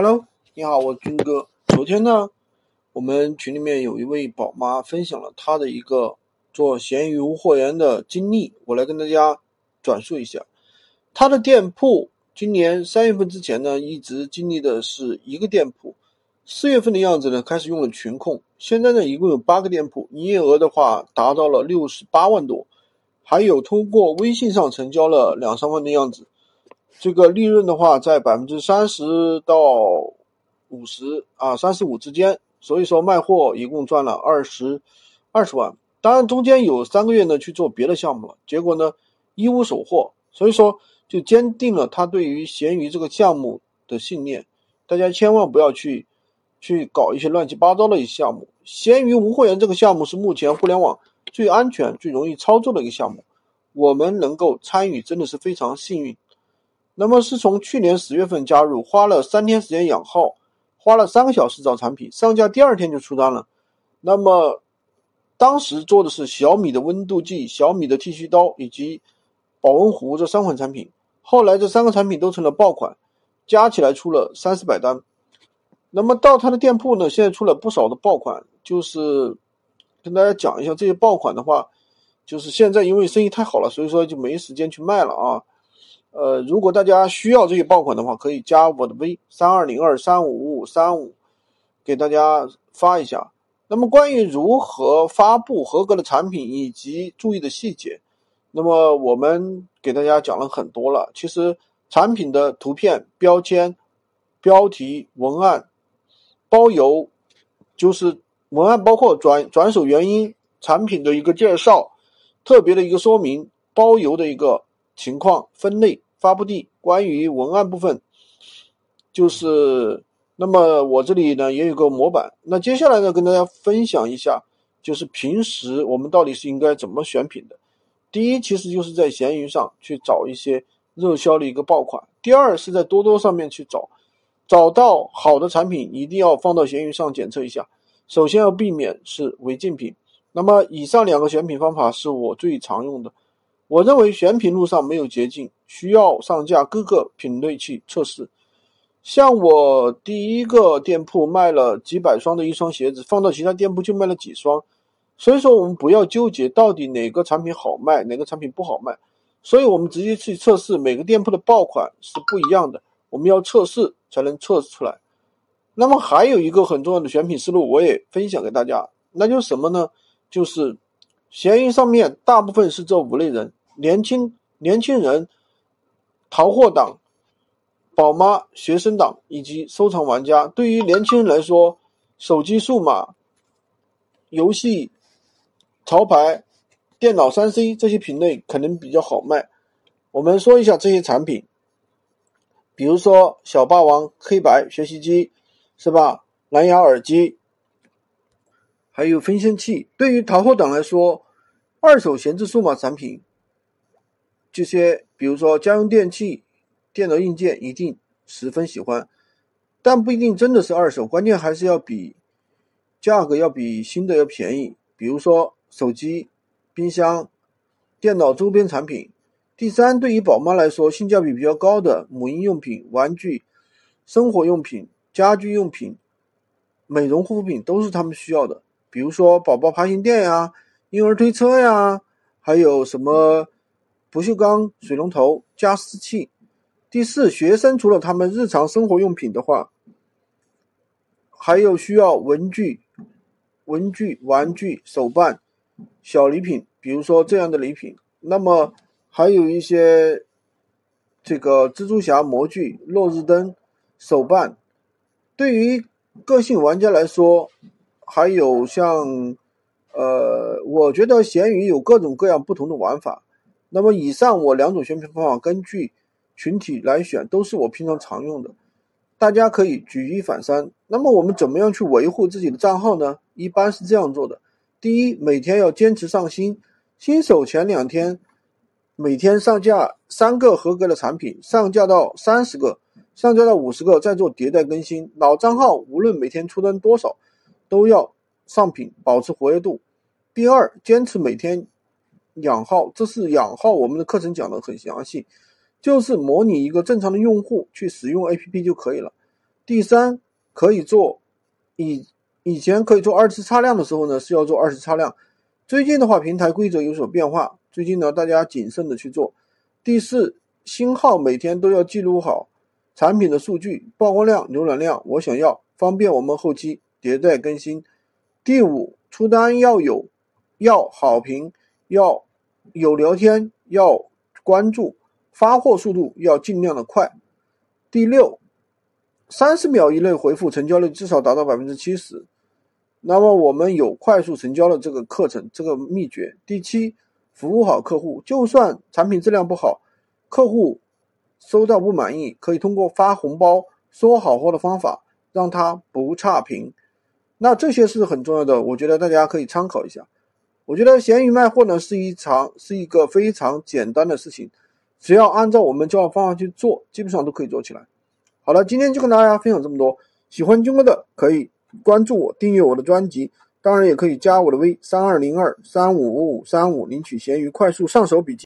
Hello，你好，我军哥。昨天呢，我们群里面有一位宝妈分享了她的一个做闲鱼无货源的经历，我来跟大家转述一下。她的店铺今年3月份之前呢，一直经历的是一个店铺，4月份的样子呢，开始用了群控，现在呢，一共有8个店铺，营业额的话达到了68万多，还有通过微信上成交了2-3万的样子。这个利润的话在30%到50%35%之间，所以说卖货一共赚了20万。当然中间有3个月呢去做别的项目了，结果呢一无所获，所以说就坚定了他对于闲鱼这个项目的信念。大家千万不要去搞一些乱七八糟的一些项目。闲鱼无货源这个项目是目前互联网最安全最容易操作的一个项目，我们能够参与真的是非常幸运。那么是从去年10月份加入，花了3天时间养号，花了3个小时找产品，上架第2天就出单了。那么当时做的是小米的温度计、小米的剃须刀以及保温壶这3款产品，后来这3个产品都成了爆款，加起来出了30-100单。那么到他的店铺呢，现在出了不少的爆款，就是跟大家讲一下这些爆款的话，就是现在因为生意太好了，所以说就没时间去卖了啊。如果大家需要这些爆款的话，可以加我的微3202355535，给大家发一下。那么关于如何发布合格的产品以及注意的细节，那么我们给大家讲了很多了。其实产品的图片、标签、标题、文案、包邮，就是文案包括转手原因、产品的一个介绍、特别的一个说明、包邮的一个情况、分类、发布地。关于文案部分，就是那么我这里呢也有个模板。那接下来呢跟大家分享一下，就是平时我们到底是应该怎么选品的。第一，其实就是在闲鱼上去找一些热销的一个爆款。第二，是在多多上面去找到好的产品，一定要放到闲鱼上检测一下。首先要避免是违禁品。那么以上2个选品方法是我最常用的。我认为选品路上没有捷径，需要上架各个品类去测试。像我第一个店铺卖了几百双的一双鞋子，放到其他店铺就卖了几双。所以说我们不要纠结到底哪个产品好卖，哪个产品不好卖。所以我们直接去测试，每个店铺的爆款是不一样的，我们要测试才能测试出来。那么还有一个很重要的选品思路，我也分享给大家，那就是什么呢？就是闲鱼上面大部分是这5类人：年轻人、淘货党、宝妈、学生党以及收藏玩家。对于年轻人来说，手机数码、游戏、潮牌、电脑 3C 这些品类可能比较好卖。我们说一下这些产品，比如说小霸王黑白学习机，是吧？蓝牙耳机，还有分线器。对于淘货党来说，二手闲置数码产品，这些比如说家用电器、电脑硬件一定十分喜欢，但不一定真的是二手，关键还是价格要比新的要便宜。比如说手机、冰箱、电脑周边产品。第三，对于宝妈来说，性价比比较高的母婴用品、玩具、生活用品、家居用品、美容护肤品都是他们需要的。比如说宝宝爬行垫呀、婴儿推车呀，还有什么不锈钢水龙头、加湿器。第四，学生除了他们日常生活用品的话，还有需要文具、玩具、手办、小礼品，比如说这样的礼品。那么还有一些这个蜘蛛侠模具、落日灯、手办。对于个性玩家来说，还有像我觉得闲鱼有各种各样不同的玩法。那么以上我2种选品方法根据群体来选，都是我平常常用的，大家可以举一反三。那么我们怎么样去维护自己的账号呢？一般是这样做的。第一，每天要坚持上新，新手前2天每天上架3个合格的产品，上架到30个，上架到50个，再做迭代更新。老账号无论每天出单多少，都要上品，保持活跃度。第二，坚持每天养号，这是养号，我们的课程讲得很详细，就是模拟一个正常的用户去使用 APP 就可以了。 第三，可以做以前可以做2次擦亮的时候呢，是要做2次擦亮。最近的话，平台规则有所变化，最近呢，大家谨慎的去做。第四，新号每天都要记录好产品的数据，曝光量、浏览量，我想要，方便我们后期迭代更新。第五，出单要好评，要有聊天，要关注，发货速度要尽量的快。第六，30秒以内回复，成交率至少达到 70%。那么我们有快速成交的这个课程，这个秘诀。第七，服务好客户，就算产品质量不好，客户收到不满意，可以通过发红包说好话的方法让他不差评。那这些是很重要的，我觉得大家可以参考一下。我觉得闲鱼卖货呢是一个非常简单的事情，只要按照我们教的方法去做，基本上都可以做起来。好了，今天就跟大家分享这么多，喜欢军哥的可以关注我，订阅我的专辑，当然也可以加我的微3202355535领取闲鱼快速上手笔记。